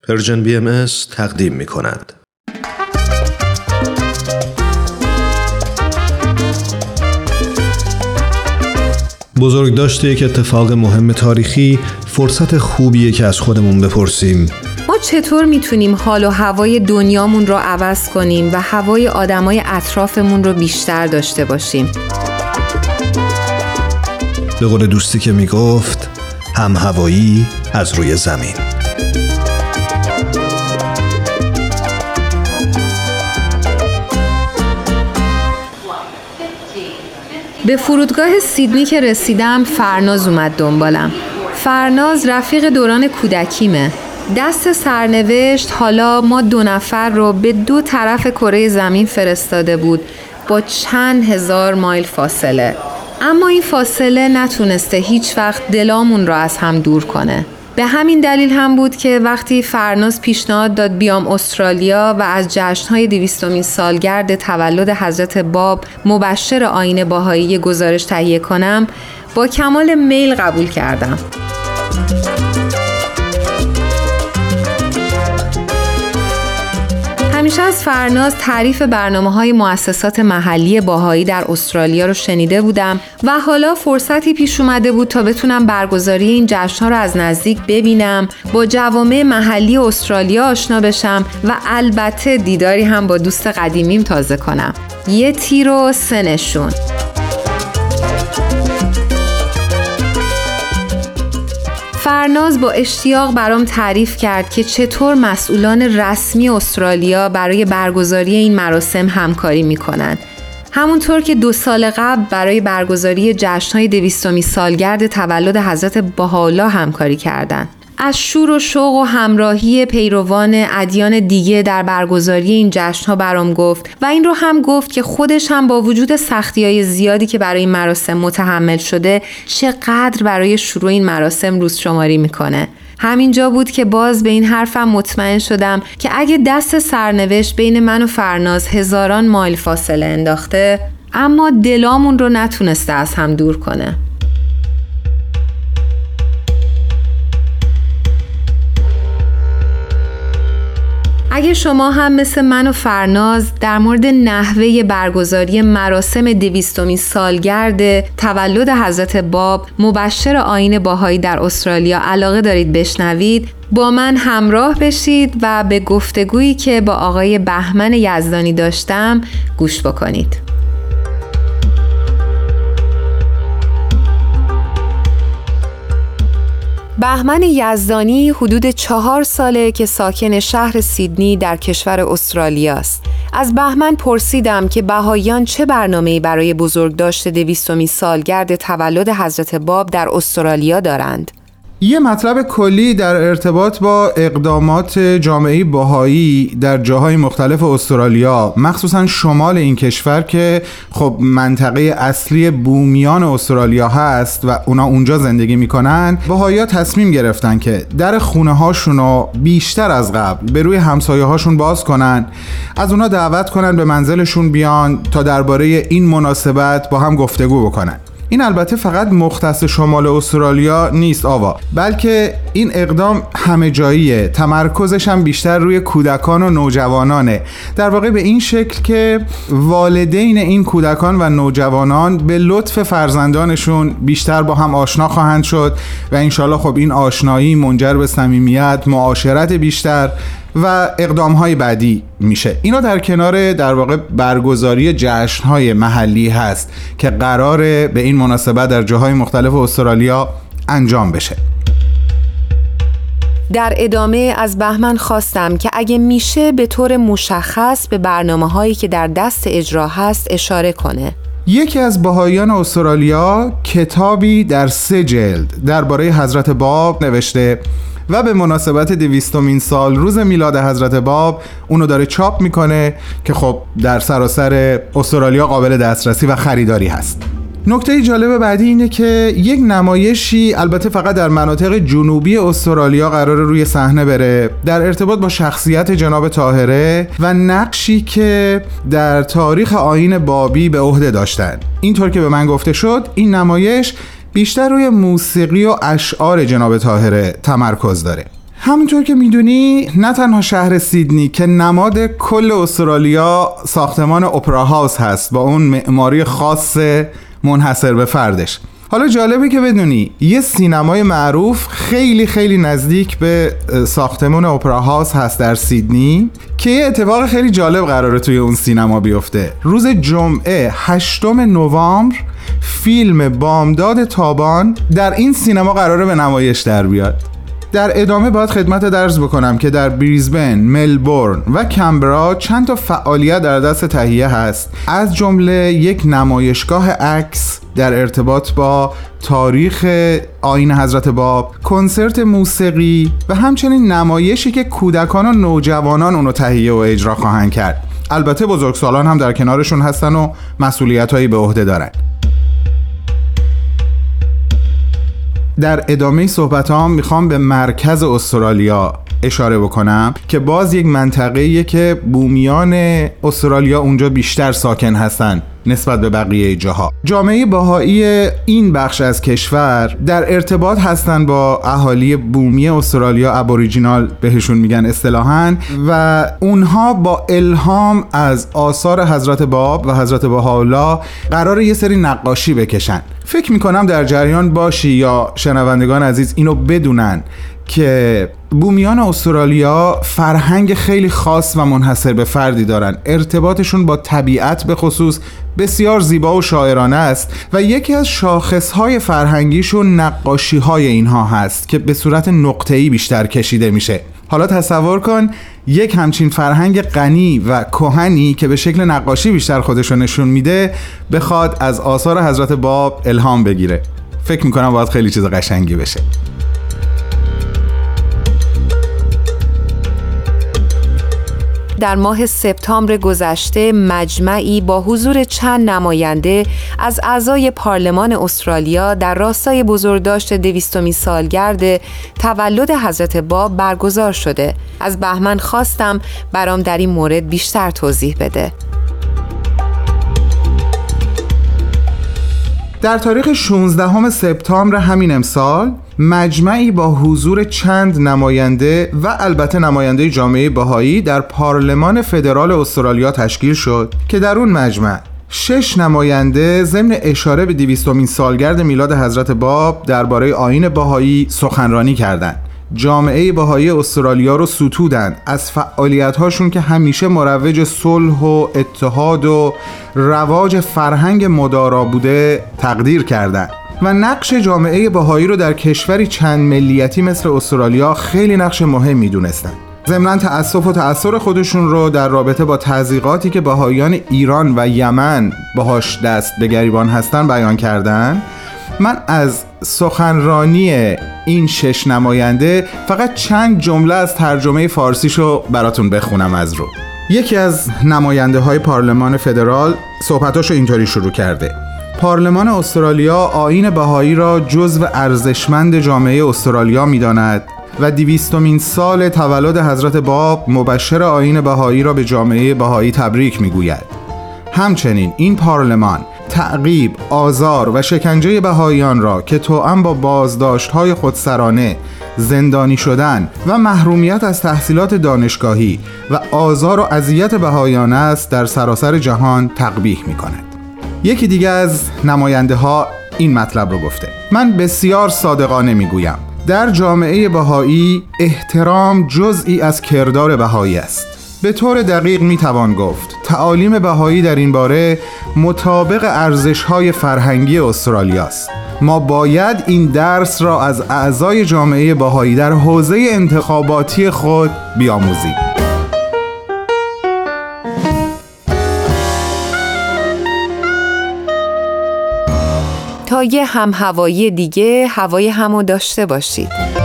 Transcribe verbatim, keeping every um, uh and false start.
پرژن بی ام اس تقدیم می کند. بزرگداشت یک اتفاق مهم تاریخی فرصت خوبیه که از خودمون بپرسیم ما چطور میتونیم حال و هوای دنیامون رو عوض کنیم و هوای آدمای اطرافمون رو بیشتر داشته باشیم؟ به قول دوستی که میگفت هم هوایی از روی زمین. به فرودگاه سیدنی که رسیدم فرناز اومد دنبالم. فرناز رفیق دوران کودکیمه. دست سرنوشت حالا ما دو نفر رو به دو طرف کره زمین فرستاده بود با چند هزار مایل فاصله. اما این فاصله نتونسته هیچ وقت دلامون رو از هم دور کنه. به همین دلیل هم بود که وقتی فرناز پیشنهاد داد بیام استرالیا و از جشن‌های دویستمین سالگرد تولد حضرت باب مبشر آیین بهایی گزارش تهیه کنم، با کمال میل قبول کردم. همیشه از فرناز تعریف برنامه‌های مؤسسات محلی بهایی در استرالیا رو شنیده بودم و حالا فرصتی پیش اومده بود تا بتونم برگزاری این جشن‌ها رو از نزدیک ببینم، با جوامع محلی استرالیا آشنا بشم و البته دیداری هم با دوست قدیمیم تازه کنم. یه تیر و سه نشون. فرناز با اشتیاق برام تعریف کرد که چطور مسئولان رسمی استرالیا برای برگزاری این مراسم همکاری میکنن. همونطور که دو سال قبل برای برگزاری جشن‌های دویستمین سالگرد تولد حضرت بهاءالله همکاری کردند. از شور و شوق و همراهی پیروان ادیان دیگه در برگزاری این جشن‌ها برام گفت و این رو هم گفت که خودش هم با وجود سختی‌های زیادی که برای این مراسم متحمل شده چقدر برای شروع این مراسم روز شماری میکنه. همینجا بود که باز به این حرفم مطمئن شدم که اگه دست سرنوشت بین من و فرناز هزاران مایل فاصله انداخته، اما دلامون رو نتونسته از هم دور کنه. اگه شما هم مثل من و فرناز در مورد نحوه برگزاری مراسم دویستمین سالگرد تولد حضرت باب مبشر آیین بهایی در استرالیا علاقه دارید بشنوید، با من همراه بشید و به گفتگویی که با آقای بهمن یزدانی داشتم گوش بکنید. بهمن یزدانی حدود چهار ساله که ساکن شهر سیدنی در کشور استرالیا است. از بهمن پرسیدم که بهائیان چه برنامه‌ای برای بزرگداشت دویستمین سالگرد تولد حضرت باب در استرالیا دارند. یه مطلب کلی در ارتباط با اقدامات جامعه بهایی در جاهای مختلف استرالیا، مخصوصا شمال این کشور که خب منطقه اصلی بومیان استرالیا هست و اونا اونجا زندگی میکنن، بهایی‌ها تصمیم گرفتن که در خونه هاشونو بیشتر از قبل به روی همسایه هاشون باز کنن، از اونا دعوت کنن به منزلشون بیان تا درباره این مناسبت با هم گفتگو بکنن. این البته فقط مختص شمال استرالیا نیست آوا، بلکه این اقدام همه جاییه. تمرکزش هم بیشتر روی کودکان و نوجوانانه، در واقع به این شکل که والدین این کودکان و نوجوانان به لطف فرزندانشون بیشتر با هم آشنا خواهند شد و انشالله خب این آشنایی منجر به صمیمیت، معاشرت بیشتر و اقدام‌های بعدی میشه. اینا در کنار در واقع برگزاری جشن‌های محلی هست که قراره به این مناسبت در جاهای مختلف استرالیا انجام بشه. در ادامه از بهمن خواستم که اگه میشه به طور مشخص به برنامه‌هایی که در دست اجرا هست اشاره کنه. یکی از بهائیان استرالیا کتابی در سه جلد درباره حضرت باب نوشته و به مناسبت دویستمین سال روز میلاد حضرت باب اونو داره چاپ میکنه که خب در سراسر استرالیا قابل دسترسی و خریداری هست. نکته جالب بعدی اینه که یک نمایشی البته فقط در مناطق جنوبی استرالیا قراره روی صحنه بره در ارتباط با شخصیت جناب طاهره و نقشی که در تاریخ آیین بابی به عهده داشتن. اینطور که به من گفته شد این نمایش بیشتر روی موسیقی و اشعار جناب طاهره تمرکز داره. همونطور که میدونی نه تنها شهر سیدنی که نماد کل استرالیا ساختمان اپرا هاوس هست با اون معماری خاص منحصر به فردش. حالا جالبه که بدونی یه سینمای معروف خیلی خیلی نزدیک به ساختمان اپرا هاوس هست در سیدنی که یه اتفاق خیلی جالب قراره توی اون سینما بیفته. روز جمعه هشتم نوامبر فیلم بامداد تابان در این سینما قراره به نمایش در بیاد. در ادامه باید خدمت درز بکنم که در بریزبن، ملبورن و کمبرا چند تا فعالیت در دست تهیه هست، از جمله یک نمایشگاه عکس در ارتباط با تاریخ آیین حضرت باب، کنسرت موسیقی و همچنین نمایشی که کودکان و نوجوانان اونو تهیه و اجرا خواهند کرد. البته بزرگسالان هم در کنارشون هستن و مسئولیت‌هایی به عهده دارن. در ادامه صحبتام میخوام به مرکز استرالیا اشاره بکنم که باز یک منطقه‌ایه که بومیان استرالیا اونجا بیشتر ساکن هستن نسبت به بقیه جاها. جامعه بهایی این بخش از کشور در ارتباط هستن با اهالی بومی استرالیا، ابوریجینال بهشون میگن اصطلاحاً، و اونها با الهام از آثار حضرت باب و حضرت بهاءالله قرار یه سری نقاشی بکشن. فکر میکنم در جریان باشی یا شنوندگان عزیز اینو بدونن که بومیان استرالیا فرهنگ خیلی خاص و منحصر به فردی دارن. ارتباطشون با طبیعت به خصوص بسیار زیبا و شاعرانه است و یکی از شاخصهای فرهنگیشون نقاشی‌های اینها هست که به صورت نقطه‌ای بیشتر کشیده میشه. حالا تصور کن یک همچین فرهنگ غنی و کهنی که به شکل نقاشی بیشتر خودشو نشون میده بخواد از آثار حضرت باب الهام بگیره. فکر میکنم باید خیلی چیز قشنگی بشه. در ماه سپتامبر گذشته مجمعی با حضور چند نماینده از اعضای پارلمان استرالیا در راستای بزرگداشت دویستمین سالگرد تولد حضرت باب برگزار شده. از بهمن خواستم برام در این مورد بیشتر توضیح بده. در تاریخ شانزدهم سپتامبر همین امسال مجمعی با حضور چند نماینده و البته نماینده جامعه بهایی در پارلمان فدرال استرالیا تشکیل شد که در اون مجمع شش نماینده ضمن اشاره به دویستمین سالگرد میلاد حضرت باب درباره آیین بهایی سخنرانی کردند. جامعه بهایی استرالیا رو ستودند از فعالیت‌هاشون که همیشه مروج صلح و اتحاد و رواج فرهنگ مدارا بوده تقدیر کردند و نقش جامعه بهایی رو در کشوری چند ملیتی مثل استرالیا خیلی نقش مهمی دونستن. ضمناً تأسف و تأثر خودشون رو در رابطه با تضییقاتی که بهاییان ایران و یمن باهاش دست به گریبان هستن بیان کردن. من از سخنرانی این شش نماینده فقط چند جمله از ترجمه فارسیشو براتون بخونم از رو. یکی از نماینده های پارلمان فدرال صحبتاشو اینطوری شروع کرده: پارلمان استرالیا آیین بهایی را جزو ارزشمند جامعه استرالیا می‌داند و دویستمین سال تولد حضرت باب مبشر آیین بهایی را به جامعه بهایی تبریک می‌گوید. همچنین این پارلمان تعقیب، آزار و شکنجه بهاییان را که توأم با بازداشت‌های خودسرانه، زندانی شدن و محرومیت از تحصیلات دانشگاهی و آزار و اذیت بهاییان است در سراسر جهان تقبیح می‌کند. یکی دیگه از نماینده ها این مطلب رو گفته: من بسیار صادقانه میگویم در جامعه بهایی احترام جزئی از کردار بهایی است. به طور دقیق میتوان گفت تعالیم بهایی در این باره مطابق ارزش‌های فرهنگی استرالیا است. ما باید این درس را از اعضای جامعه بهایی در حوزه انتخاباتی خود بیاموزیم. تا یه هم هوایی دیگه هوای همو داشته باشید.